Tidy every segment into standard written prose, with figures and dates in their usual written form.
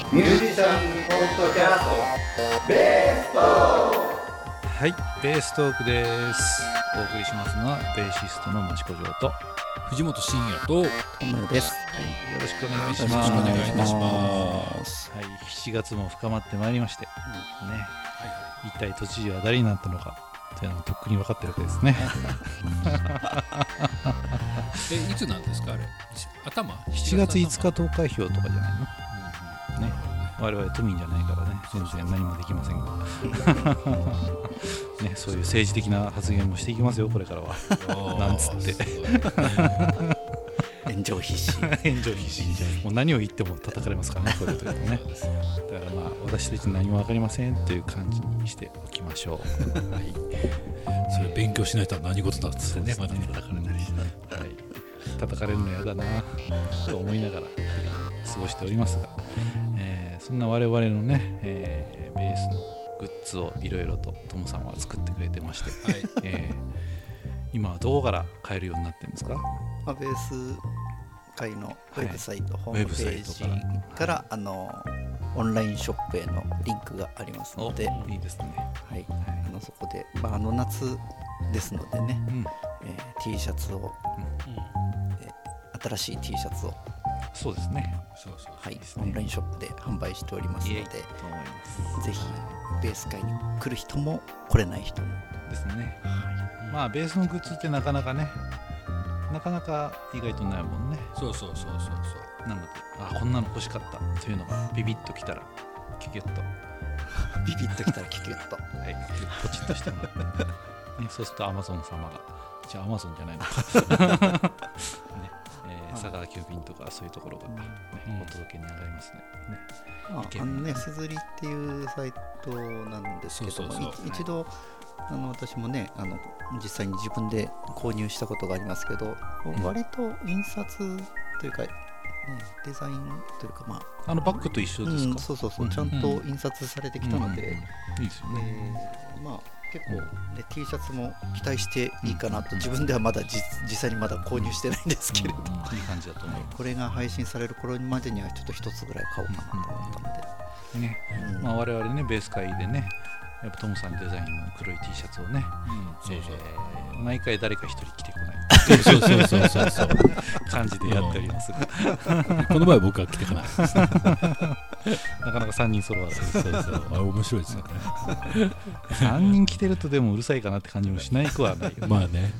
ミュージシャンポッドキャストベーストーク。 はい、ベーストークです。お送りしますのはベーシストの益子城と藤本慎也と友野です。 よろしくお願いします。 よろしくお願いいたします。 はい、7月も深まってまいりまして、ね、一体都知事は誰になったのかというのはとっくに分かってるわけですね。 いつなんですかあれ？頭 ？7月5日投開票とかじゃないの？ね、我々都民じゃないからね、全然何もできませんが、ね、そういう政治的な発言もしていきますよこれからは。なんつって炎上必至。 炎上必至。もう何を言っても叩かれますからね、こういうことでね。だからまあ私たち何も分かりませんという感じにしておきましょう。はい。 それ勉強しないとは何事だっつってね、まだ叩かれたりして、 はい、叩かれるの嫌だなと思いながら過ごしておりますが、そんな我々のね、ベースのグッズをいろいろとトムさんは作ってくれてまして、はい、今はどこから買えるようになってるんですか？ ベース会のウェブサイト、ホームページからオンラインショップへのリンクがありますので、 いいですね。 はい、そこで、夏ですのでね、T シャツを、新しい T シャツをそうですね。 はい、オンラインショップで販売しておりますので、ぜひベース会に来る人も来れない人もですね。まあベースのグッズってなかなかね、なかなか意外とないもんね。 そうなので、こんなの欲しかったというのがビビッときたらキュキュッとビビッときたらキュキュッとはい、ポチッとしてもらって、ね、そうすると Amazon 様が、じゃあ Amazon じゃないのか、ね、佐川急便とかそういうところが、ね、お届けに上がりますね。 すずりっていうサイトなんですけども、一度私もね実際に自分で購入したことがありますけど、割と印刷というか、デザインというか、 バッグと一緒ですか？ そう、ちゃんと印刷されてきたので、 いいですよね。 結構、T シャツも期待していいかなと、自分ではまだ実際にまだ購入してないんですけれど、 いい感じだと思います。 これが配信される頃までにはちょっと一つぐらい買おうかなと思ったので、 ね、我々ねベース会でね、やっぱトムさんデザインの黒い T シャツをね、毎回誰か一人着てこないそう感じでやっておりますが、 この前僕は着てこないですね。 なかなか3人揃わない。 あれ面白いですよね。 3人着てるとでもうるさいかなって感じもしないくはないよね。 まあね。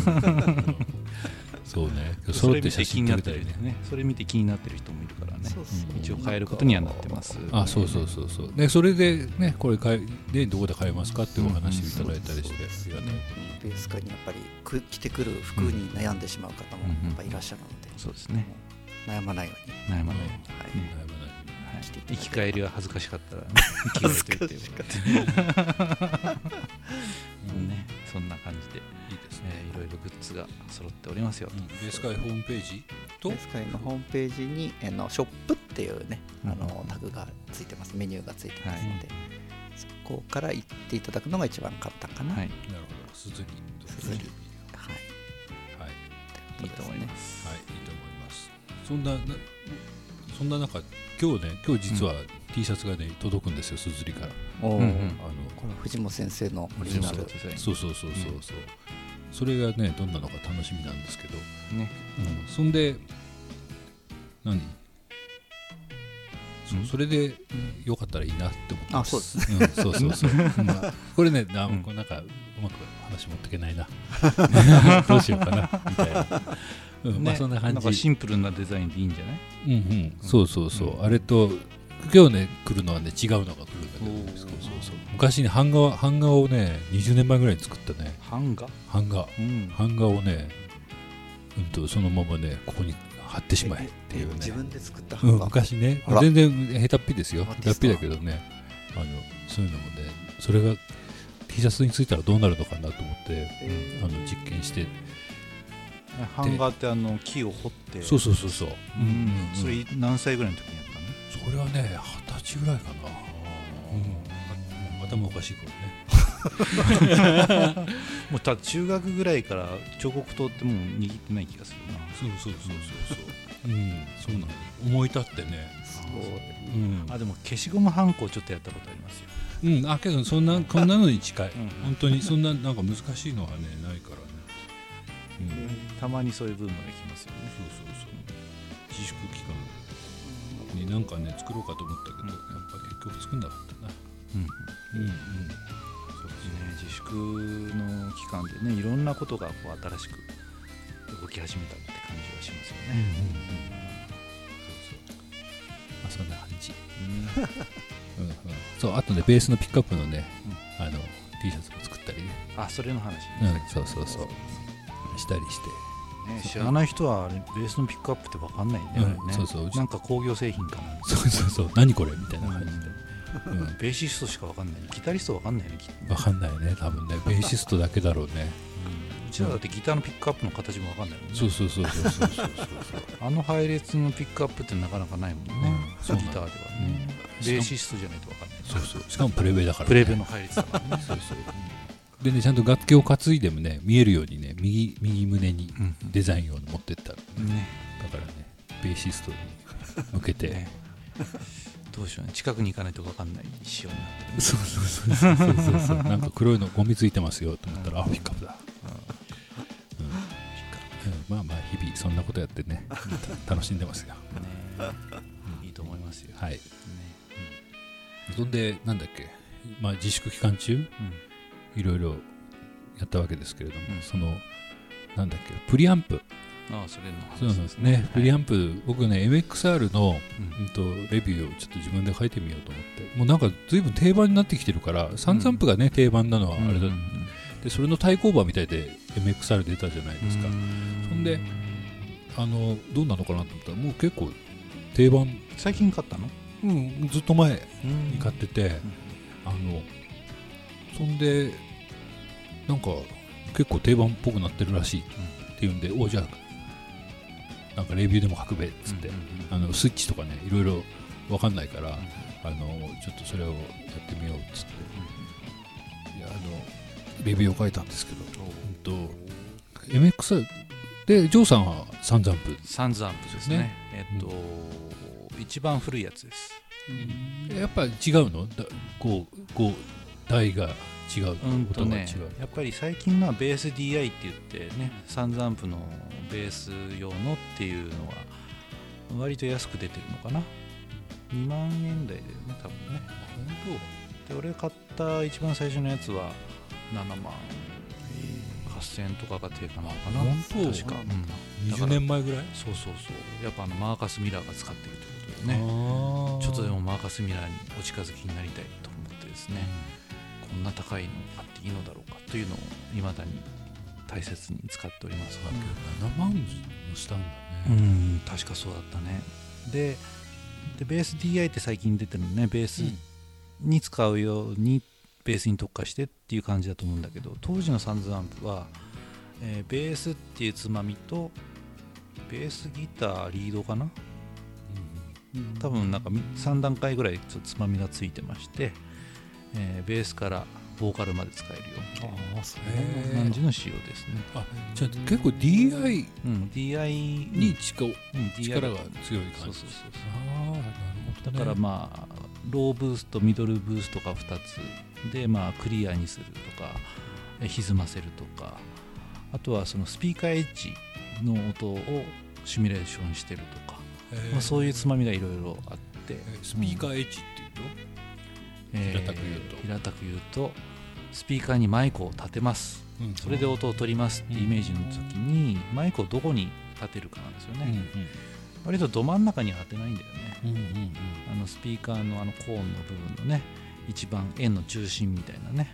そうね。 それ見て気になってるね。それ見て気になってる人もいるからね。一応買えることにはなってます。 そう。でそれでね、これでどこで買えますかってお話をいただいたりして、 ベース会にやっぱり着てくる服に悩んでしまう方もやっぱいらっしゃるので、 そうですね。 悩まないように。 生き返りは恥ずかしかったらね、 恥ずかしかったね、そんな感じでいいですね。いろいろグッズが揃っておりますよ。 ベース会ホームページとベース会のホームページにショップっていうねタグがついてます。メニューがついてますので、そこから行っていただくのが一番簡単かな。 なるほど。すずり、 はい、 いいと思います。 はい、いいと思います。そんな中、今日実は T シャツがね届くんですよ、すずりから。 この藤本先生のオリジナル。 そう。それがねどんなのか楽しみなんですけどね。そんでそれでよかったらいいなって思ってます。そう。これねなんかうまく話持っていけないな。どうしようかなみたいな。そんな感じ。 なんかシンプルなデザインでいいんじゃない？ そう。あれと今日ね来るのはね違うのが来るんだけど、そう昔に版画をね20年前ぐらいに作ったね。版画をね、そのままねここに貼ってしまえっていうね。 自分で作った版画。 昔ね全然下手っぴですよ。下手っぴだけどね、そういうのもね、それが T シャツについたらどうなるのかなと思って実験して。 版画って木を彫って。そう。 それ何歳ぐらいの時にやったの？ それはね20歳ぐらいかな。頭おかしい頃ね。 もう中学ぐらいから彫刻刀ってもう握ってない気がするな。 そうそうなの。思い立ってね。 でも消しゴムはんこちょっとやったことありますよ。 けどこんなのに近い。本当にそんななんか難しいのはねないからね。 たまにそういうブームが来ますよね。 自粛期間になんかね作ろうかと思ったけど、やっぱ結局作んなかったな。 そうですね。自粛の期間でね、いろんなことがこう新しく動き始めたって感じはしますよね。 そんな感じ。そう、あとねベースのピックアップのね、T シャツも作ったりね。 それの話。 そうしたりして。 知らない人はベースのピックアップって分かんないんだよね。なんか工業製品かな。 そう何これみたいな感じで。 ベーシストしか分かんない。ギタリスト分かんないね。 分かんないね、多分ね。ベーシストだけだろうね。 うちらだってギターのピックアップの形も分かんないもんね。 そう配列のピックアップってなかなかないもんね。ギターではね。ベーシストじゃないと分かんない。 しかもプレベだから。 プレベの配列だからね。 でね、ちゃんと楽器を担いでもね見えるようにね右胸にデザインを持ってったら、だからねベーシストに向けて、 どうしようね、近くに行かないと分かんない仕様になってる。 そうなんか黒いのゴミついてますよと思ったらピックアップだ。まあ日々そんなことやってね楽しんでますよ。 いいと思いますよ。 はい。そんでなんだっけ、自粛期間中いろいろやったわけですけれども、なんだっけプリアンプ。 それのそうなんですね。プリアンプ、僕ね MXR のレビューをちょっと自分で書いてみようと思って、もうなんか随分定番になってきてるから、サンズアンプがね定番なのはあれだ。でそれの対抗馬みたいで MXR 出たじゃないですか。そんでどうなのかなと思ったら、もう結構定番。 最近買ったの？ ずっと前に買ってて、そんでなんか結構定番っぽくなってるらしいっていうんで、じゃあなんかレビューでも書くべっつって、スイッチとかねいろいろ分かんないから、ちょっとそれをやってみようっつって、レビューを書いたんですけど、MX でジョーさんはサンズアンプですね。一番古いやつです。 やっぱり違うの？台が違う、音が違う。 やっぱり最近のはベース DI って言ってね、サンズアンプのベース用のっていうのは割と安く出てるのかな。2万円台だよね多分ね。で俺が買った一番最初のやつは7万8000円とかが定価なのかな。 本当？ 確か、 20年前ぐらい。 そうやっぱマーカス・ミラーが使ってるということでね、ちょっとでもマーカス・ミラーにお近づきになりたいと思ってですね、こんな高いの買っていいのだろうかというのを未だに大切に使っておりますが、 7万もしたんだね。 確かそうだったね。でベース DI って最近出てるのね、ベースに使うようにベースに特化してっていう感じだと思うんだけど、当時のサンズアンプは、ベースっていうつまみとベースギターリードかな、多分なんか3段階ぐらいちょっとつまみがついてまして、ベースからボーカルまで使えるような感じの仕様ですね。 じゃあ結構 DI に力が強い感じ。 だからローブーストミドルブーストが2つで、クリアにするとか歪ませるとか、あとはそのスピーカーエッジの音をシミュレーションしてるとか、そういうつまみがいろいろあって、 スピーカーエッジっていうと、平たく言うとスピーカーにマイクを立てます、それで音を取りますってイメージの時に、マイクをどこに立てるかなんですよね。割とど真ん中には当てないんだよね。スピーカーのコーンの部分のね、一番円の中心みたいなね、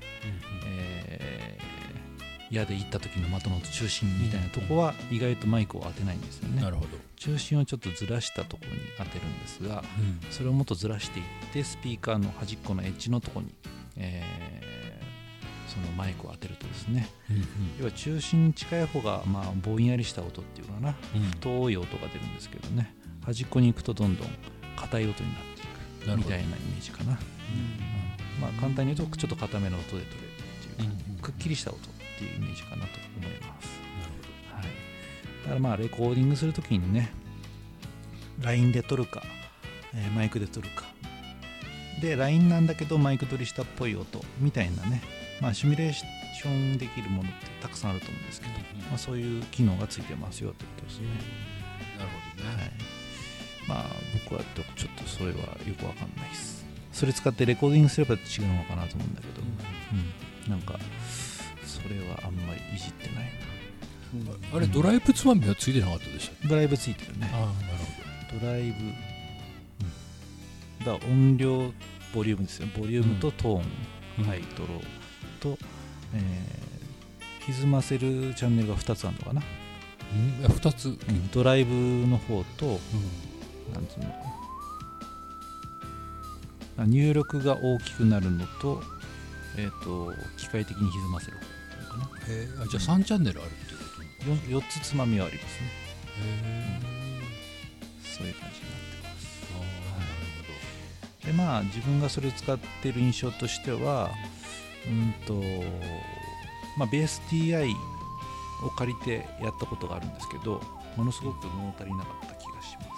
矢でいった時の的の中心みたいなとこは意外とマイクを当てないんですよね。 なるほど。 中心をちょっとずらしたところに当てるんですが、それをもっとずらしていってスピーカーの端っこのエッジのところに、そのマイクを当てるとですね、要は中心に近い方がぼんやりした音っていうのかな、太い音が出るんですけどね、端っこに行くとどんどん硬い音になっていくみたいなイメージかな。簡単に言うとちょっと硬めの音で取れるっていう、くっきりした音っていうイメージかなと思います。だからレコーディングするときにね、 LINE で撮るか、マイクで撮るかで LINE なんだけどマイク撮りしたっぽい音みたいなね、シミュレーションできるものってたくさんあると思うんですけど、そういう機能がついてますよってことですね。 なるほどね。 僕はちょっとそれはよくわかんないです。それ使ってレコーディングすれば違うのかなと思うんだけど、なんかそれはあんまりいじってないな。 あれドライブつまみはついてなかったでしたっけ？ ドライブついてるね。 なるほど。ドライブ、だから音量ボリュームですよ。ボリュームとトーン、ハイトローと、歪ませるチャンネルが2つあるのかな。 2つ、 ドライブの方と、なんつうのかな、入力が大きくなるのと、機械的に歪ませる方かな。 じゃあ3チャンネルあるっていうこと？ 4つつまみはありますね。そういう感じになってます。なるほど。で自分がそれを使っている印象としては、ベース TI を借りてやったことがあるんですけど、ものすごく物足りなかった気がします。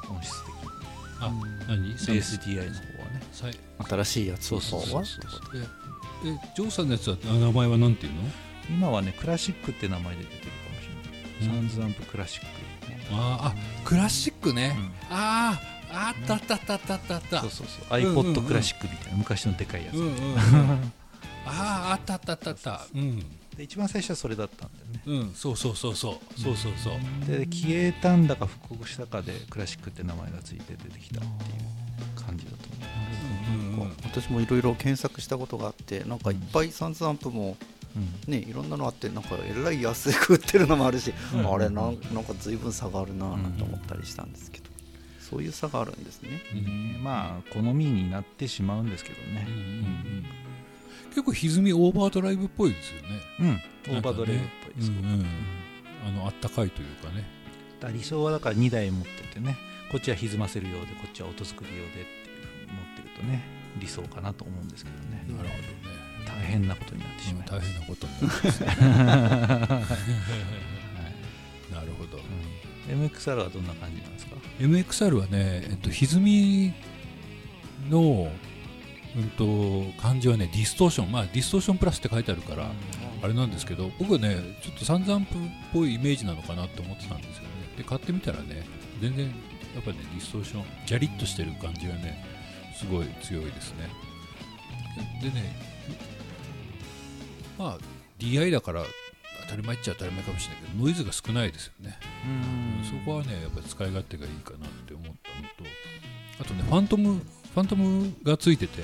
音質的に。 何？ ベース TI の方はね。 新しいやつの方は？ ジョーさんのやつは名前は何ていうの？ 今はねクラシックって名前で出てるかもしれない。サウンズアンプクラシック。 クラシックね。あったあった。 そう。iPod クラシックみたいな昔のでかいやつ。 あった。 で一番最初はそれだったんだよね。 そう。 で消えたんだか復刻したかでクラシックって名前がついて出てきたっていう感じだと思う。 私もいろいろ検索したことがあって、なんかいっぱいサンズアンプもいろんなのあって、なんかえらい安く売ってるのもあるし、あれなんか随分差があるなと思ったりしたんですけど、そういう差があるんですね。 好みになってしまうんですけどね。 結構歪みオーバードライブっぽいですよね。 オーバードライブっぽいです。 あったかいというかね。 理想はだから2台持っててね、こっちは歪ませるようでこっちは音作りようでっていうふうに持ってるとね、理想かなと思うんですけどね。 なるほどね。 大変なことになってしまいます。 大変なことになってますね。なるほど。 MXR はどんな感じなんですか？ MXR はね、歪みの漢字はね、ディストーション、ディストーションプラスって書いてあるからあれなんですけど、僕はねちょっとサンズアンプっぽいイメージなのかなって思ってたんですよね。で買ってみたらね、全然やっぱりね、ディストーションジャリッとしてる感じがねすごい強いですね。でね、DI だから当たり前っちゃ当たり前かもしれないけど、ノイズが少ないですよね。そこはねやっぱり使い勝手がいいかなって思ったのと、あとねファントムがついてて、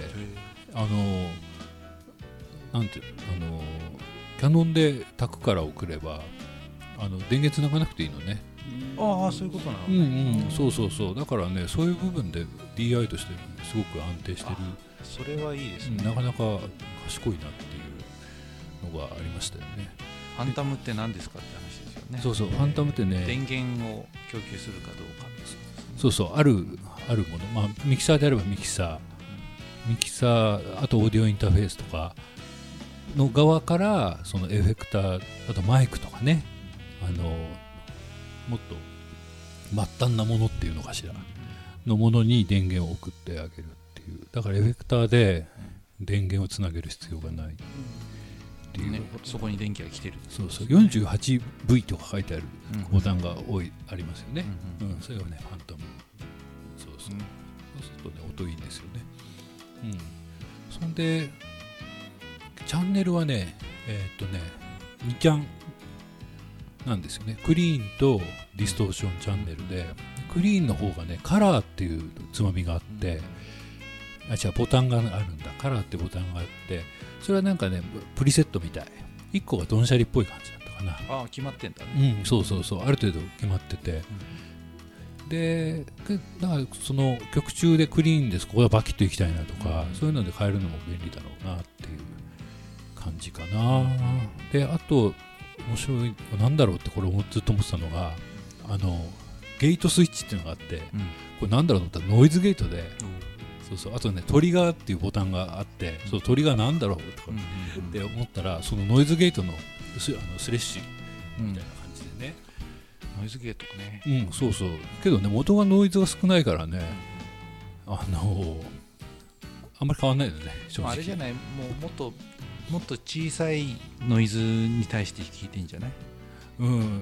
なんていうの、キャノンでタクから送れば電源つながなくていいのね。 そういうことなのね。 そうだからね、そういう部分で DI としてすごく安定してる。 それはいいですね。 なかなか賢いなっていうのがありましたよね。 ファンタムって何ですかって話ですよね。 そう、ファンタムってね、 電源を供給するかどうかですね。 あるもの、ミキサーであればミキサー、あとオーディオインターフェースとかの側からそのエフェクター、あとマイクとかね、もっと末端なものっていうのかしらのものに電源を送ってあげるっていう。だからエフェクターで電源をつなげる必要がないっていう、 そこに電気が来てる。 48V とか書いてあるボタンがありますよね。それがねファントム。そうするとね音いいんですよね。そんでチャンネルはね2チャンなんですよね。クリーンとディストーションチャンネルで、クリーンの方がねカラーっていうつまみがあって、ボタンがあるんだ。カラーってボタンがあって、それはなんかねプリセットみたい。1個がドンシャリっぽい感じだったかな。 決まってんだね。 そうある程度決まってて、でだからその曲中でクリーンです、ここはバキッといきたいなとか、そういうので変えるのも便利だろうなっていう感じかな。であと面白いなんだろうって、これずっと思ってたのがゲートスイッチっていうのがあって、これなんだろうと思ったらノイズゲートで、あとねトリガーっていうボタンがあって、そのトリガーなんだろうとかって思ったら、そのノイズゲートのスレッシュみたいな感じでね、 ノイズゲートね。 そうそう。けどね、元がノイズが少ないからね、あんまり変わんないよね、正直。 あれじゃない、もっと小さいノイズに対して聞いてんじゃない？多分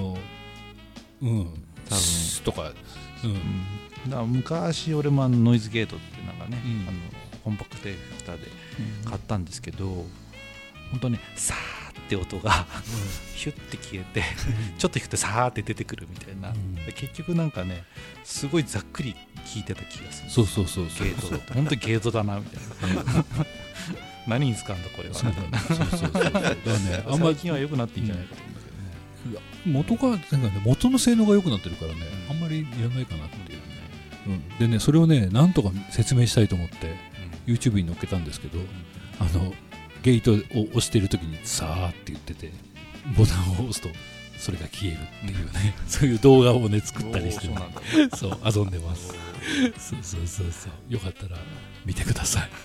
とか、 だから昔俺もノイズゲートってなんかね、コンパクトエフェクターで買ったんですけど、本当にサーって音がヒュッて消えてちょっと弾くとサーって出てくるみたいな、結局なんかねすごいざっくり聞いてた気がする。 そうゲートだと本当にゲートだなみたいな何に使うんだこれはみたいな。最近は良くなっていいんじゃないかと思うんだけどね。 いや元の性能が良くなってるからね、あんまりいらないかなっていうね。でね、それをねなんとか説明したいと思って、YouTube に載っけたんですけど、ゲートを押している時にさーって言ってて、ボタンを押すとそれが消えるっていうね、そういう動画をね作ったりして、そう遊んでます。そうよかったら見てください。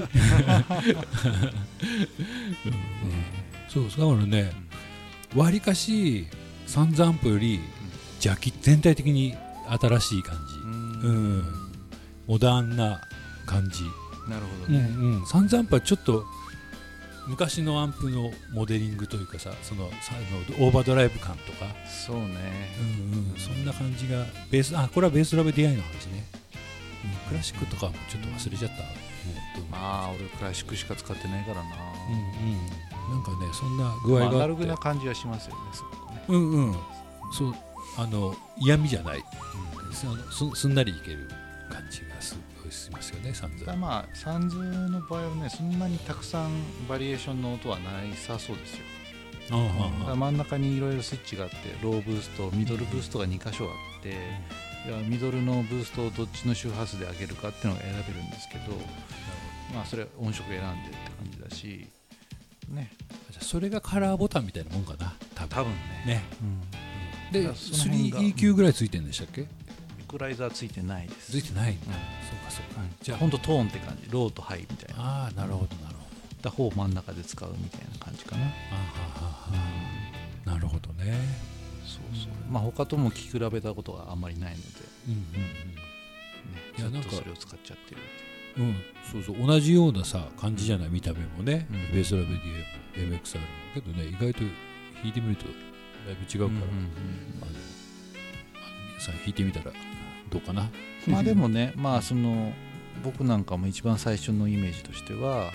そうだからね、わりかしサンズアンプより全体的に新しい感じ、モダンな感じ。 なるほどね。 サンズアンプはちょっと昔のアンプのモデリングというかさ、そのオーバードライブ感とか、 そうね、 そんな感じがこれはベースラブ DI の話ね。クラシックとかもちょっと忘れちゃった。 俺クラシックしか使ってないからな。 なんかね、そんな具合があって、 アナログな感じはしますよね、すごくね。 そう嫌味じゃない、すんなりいける感じがすごいしますよね、サンズは。 サンズの場合はね、そんなにたくさんバリエーションの音はないさそうですよ。真ん中にいろいろスイッチがあって、ローブースト、ミドルブーストが2箇所あって、ミドルのブーストをどっちの周波数で上げるかっていうのが選べるんですけど、それは音色選んでって感じだしね。 それがカラーボタンみたいなもんかな、 多分ね。 で 3EQ ぐらいついてるんでしたっけ？ エクライザーついてないです。 ついてないんだ。そうか。 じゃあ本当トーンって感じ、ローとハイみたいな。 なるほど。 だ方を真ん中で使うみたいな感じかな。 なるほどね。 他とも聞き比べたことがあんまりないので、ずっとそれを使っちゃってる。 同じようなさ感じじゃない、見た目もね、ベースラブ DMXR もけどね、意外と弾いてみるとだいぶ違うから、皆さん弾いてみたらどうかな。 でもね、僕なんかも一番最初のイメージとしては、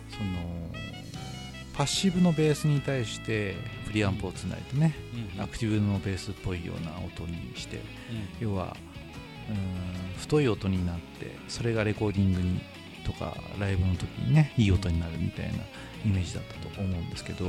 パッシブのベースに対してプリアンプをつないでね、アクティブのベースっぽいような音にして、要は太い音になって、それがレコーディングにとかライブの時にねいい音になるみたいなイメージだったと思うんですけど、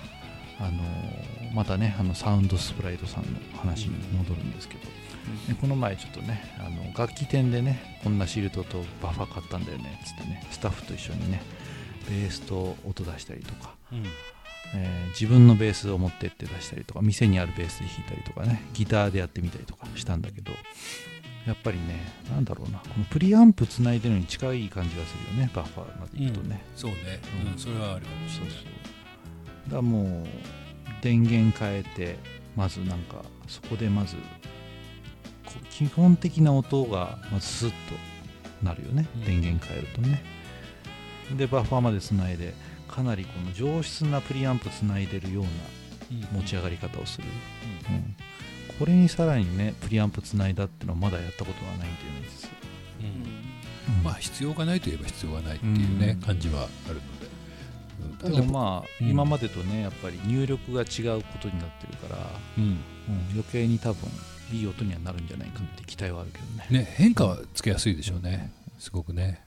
またねサウンドスプライドさんの話に戻るんですけど、この前ちょっとね楽器店でね、こんなシールドとバッファー買ったんだよねっつってね、スタッフと一緒にねベースと音出したりとか、自分のベースを持ってって出したりとか、店にあるベースで弾いたりとかね、ギターでやってみたりとかしたんだけど、やっぱりね、なんだろうな、このプリアンプつないでるのに近い感じがするよね、バッファーまでいくとね。 そうね、それはあるかもしれない。 だからもう電源変えて、まずなんかそこでまず基本的な音がまずスッとなるよね、電源変えるとね。でバッファーまでつないで、かなりこの上質なプリアンプつないでるような持ち上がり方をする。これにさらにねプリアンプつないだってのはまだやったことがないんだよね、実は。 必要がないといえば必要がないっていうね、感じはあるので。 でも今までとねやっぱり入力が違うことになってるから、余計に多分いい音にはなるんじゃないかって期待はあるけどね。 変化はつけやすいでしょうね、すごくね。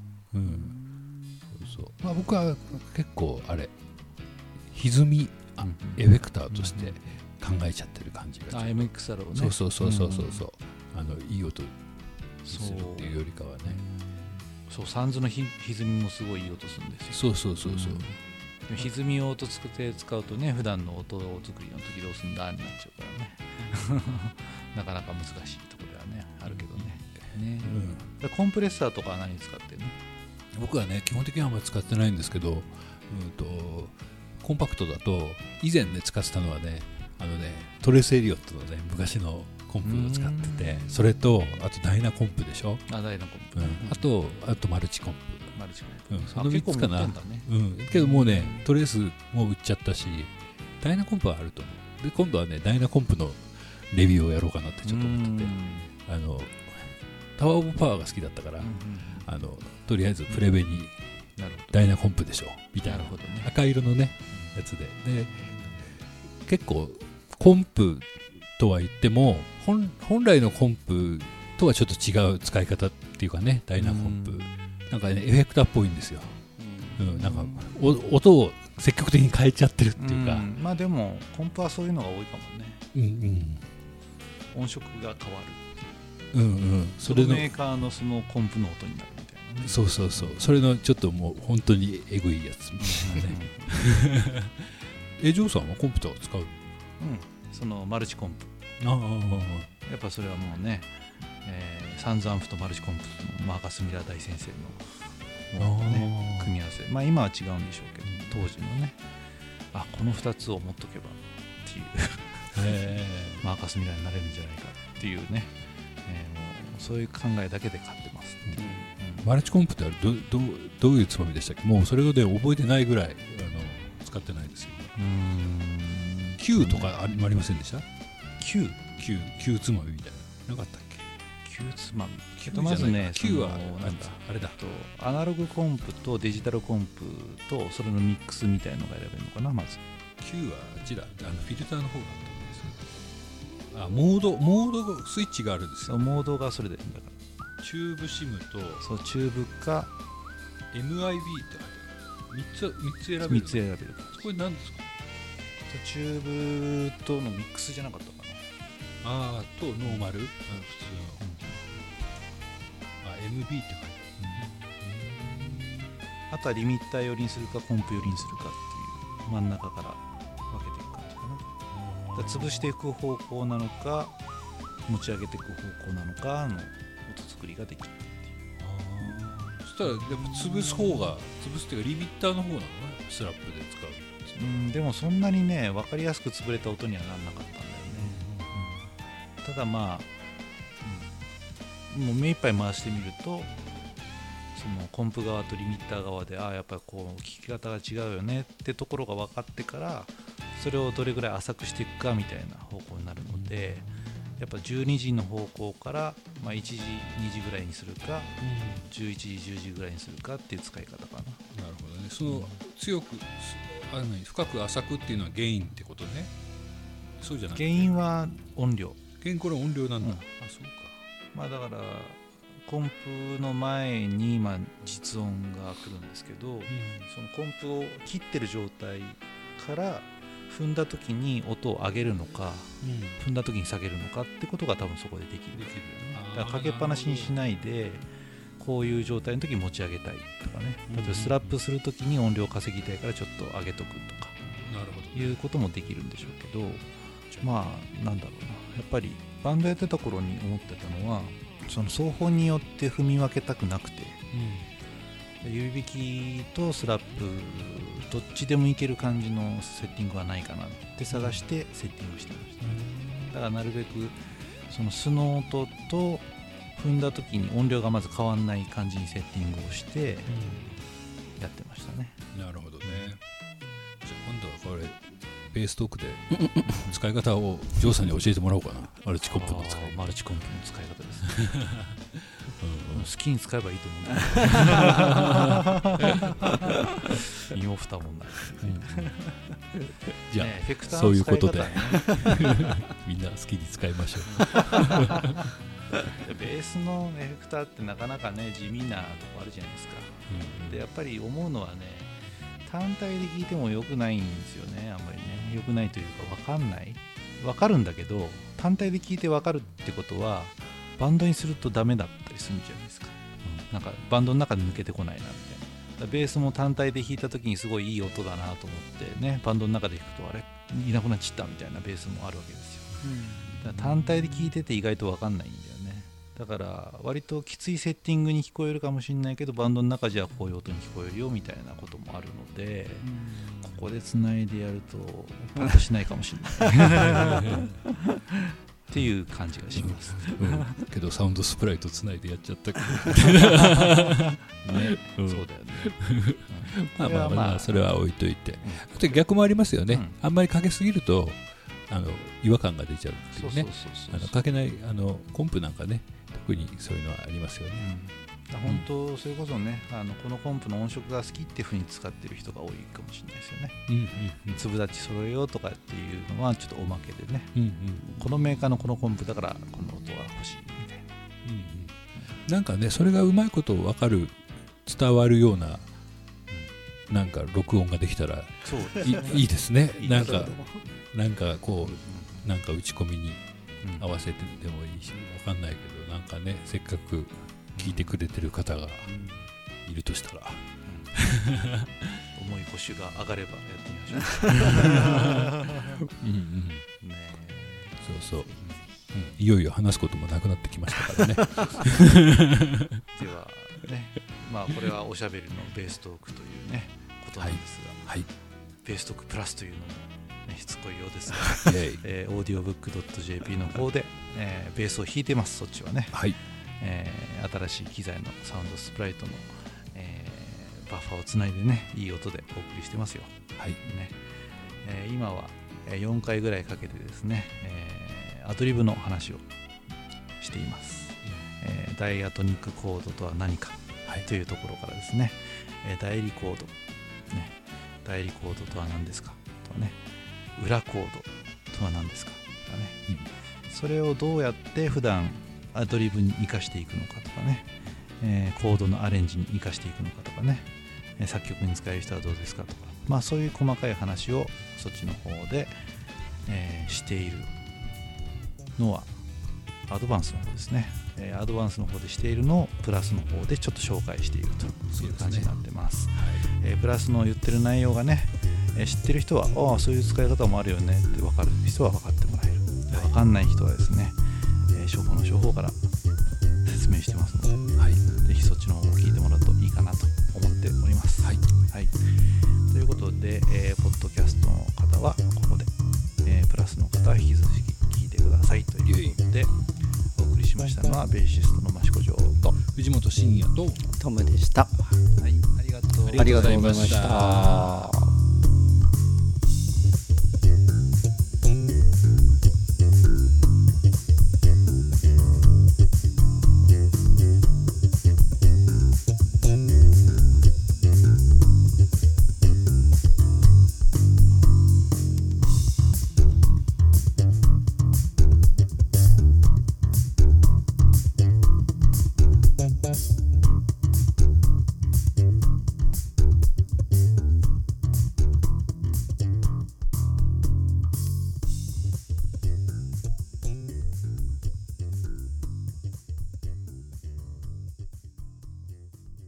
僕は結構歪みエフェクターとして考えちゃってる感じが。 MXR をね。 そう。いい音するっていうよりかはね。 サンズの歪みもすごいいい音するんですよ。 そう。 歪みを音作って使うとね、普段の音作りの時どうすんだになっちゃうからね。なかなか難しいところではねあるけどね。コンプレッサーとかは何使ってるの？ 僕はね基本的にはあんまり使ってないんですけど、コンパクトだと以前ね使ってたのはね、 トレースエリオットのね昔のコンプを使ってて、それとあとダイナコンプでしょ。 ダイナコンプ、 あとマルチコンプ、その3つかな。けどもうねトレースも売っちゃったし、ダイナコンプはあると思う。で今度はねダイナコンプのレビューをやろうかなってちょっと思ってて、タワーオブパワーが好きだったから、とりあえずプレベにダイナコンプでしょみたいな、赤色のねやつで、結構コンプとは言っても本来のコンプとはちょっと違う使い方っていうかね、ダイナコンプなんかねエフェクターっぽいんですよ。なんか音を積極的に変えちゃってるっていうか、 まあでもコンプはそういうのが多いかもね。音色が変わる、それのメーカーのそのコンプの音になるみたいなね。 そうそれのちょっともう本当にエグいやつみたいなね。ジョーさんはコンプとか使う？ そのマルチコンプ、やっぱそれはもうね、サンズアンプとマルチコンプのマーカス・ミラー大先生のもう、ね、組み合わせ、まあ今は違うんでしょうけど、当時のね、この2つを持っとけばっていうマーカス・ミラーになれるんじゃないかっていうね、もうそういう考えだけで買ってますっていう、 マルチコンプってどういうつまみでしたっけ？もうそれで覚えてないぐらい使ってないですよ。Q とかありませんでした？ Q つまみみたいななかったっけ？ Q つまみ、まずね Q はあれだとアナログコンプとデジタルコンプとそれのミックスみたいのが選べるのかな。まず Q はあちらフィルターの方だったんです。モードスイッチがあるんですよ。 モードがそれでいいんだから、 チューブシムとチューブか MIB って書いてある。3つ選べる。 3つ選べる。 これ何ですか？ チューブとのミックスじゃなかったかな。 とノーマル、普通の、MB って書いてある。 あとはリミッター寄りにするかコンプ寄りにするかっていう真ん中から分けていく感じかな。だから潰していく方向なのか持ち上げていく方向なのかの音作りができるっていう。 そしたらやっぱ潰すっていうかリミッターの方なのね、スラップで使う。 でもそんなにね分かりやすく潰れた音にはならなかったんだよね。ただまあ、もう目いっぱい回してみるとそのコンプ側とリミッター側でやっぱりこう聞き方が違うよねってところが分かってから、それをどれぐらい浅くしていくかみたいな方向になるので、やっぱ12時の方向から、1時2時ぐらいにするか、11時10時ぐらいにするかっていう使い方かな。 なるほどね。その強く深く浅くっていうのはゲインってことね。そうじゃなくてゲインは音量。 ゲインこれ音量なんだ。そうか。 だからコンプの前に実音が来るんですけど、そのコンプを切ってる状態から踏んだ時に音を上げるのか、踏んだ時に下げるのかってことが多分そこでできる。だからかけっぱなしにしないで、こういう状態の時に持ち上げたいとかね、例えばスラップする時に音量稼ぎたいからちょっと上げとくとかいうこともできるんでしょうけど、なんだろうな、やっぱりバンドやってた頃に思ってたのは、その奏法によって踏み分けたくなくて、指弾きとスラップどっちでもいける感じのセッティングはないかなって探してセッティングしてました。だからなるべくその素の音と踏んだ時に音量がまず変わんない感じにセッティングをしてやってましたね。 なるほどね。じゃあ今度はこれベーストークで使い方をジョーさんに教えてもらおうかな。マルチコンプの使い方。 マルチコンプの使い方ですね。好きに使えばいいと思う。身も蓋もない。 じゃあそういうことでみんな好きに使いましょう。ベースのエフェクターってなかなかね地味なとこあるじゃないですか。でやっぱり思うのはね、単体で弾いても良くないんですよね。あんまりね良くないというか分かんない。分かるんだけど単体で聴いて分かるってことはバンドにするとダメだったりするんじゃないですか。なんかバンドの中で抜けてこないなみたいな。ベースも単体で弾いた時にすごいいい音だなと思ってね、バンドの中で弾くとあれいなくなっちゃったみたいなベースもあるわけですよ。だから単体で聴いてて意外と分かんないんだよね。 だから割ときついセッティングに聞こえるかもしれないけどバンドの中じゃこういう音に聞こえるよみたいなこともあるので、ここでつないでやるとパッとしないかもしれないっていう感じがします、 けどサウンドスプライトつないでやっちゃったけどね、そうだよね、 まあそれは置いといて、逆もありますよね、あんまりかけすぎると違和感が出ちゃうっていうね、かけないコンプなんかね、特にそういうのはありますよね。 本当それこそね、このコンプの音色が好きっていうふうに使ってる人が多いかもしれないですよね。粒立ち揃えようとかっていうのはちょっとおまけでね、このメーカーのこのコンプだからこの音が欲しいみたいな、 なんかね、それがうまいこと分かる、伝わるような、なんか録音ができたらいいですね。なんかこうなんか打ち込みに合わせてでもいいし、分かんないけど、なんかね、せっかく聞いてくれてる方がいるとしたら、 重い腰が上がればやってみましょう。 そう、いよいよ話すこともなくなってきましたからね。 ではね、まあこれはおしゃべりのベーストークというねことなんですが、ベーストークプラスというのもしつこいようですが、audiobook.jp の方で、ベースを弾いてます。そっちはね、新しい機材のサウンドスプライトの、バッファーをつないでね、いい音でお送りしてますよ。今は4回ぐらいかけてですね、アドリブの話をしています。ダイアトニックコードとは何かというところからですね、代理コード、代理コードとは何ですかとかね、裏コードとは何ですかとかね、それをどうやって普段アドリブに生かしていくのかとかね、コードのアレンジに生かしていくのかとかね、作曲に使える人はどうですかとか、まあそういう細かい話をそっちの方で、しているのはアドバンスの方ですね。アドバンスの方でしているのをプラスの方でちょっと紹介しているという感じになってます。プラスの言ってる内容がね、知ってる人はああそういう使い方もあるよねって分かる人は分かってもらえる、分かんない人はですね、処方の処方から説明してますので、ぜひそっちの方も聞いてもらうといいかなと思っております。ということで、ポッドキャストの方はここで、プラスの方は引き続き聞いてくださいということで、お送りしましたのはベーシストの益子城と藤本慎也とトムでした。 ありがとうございました。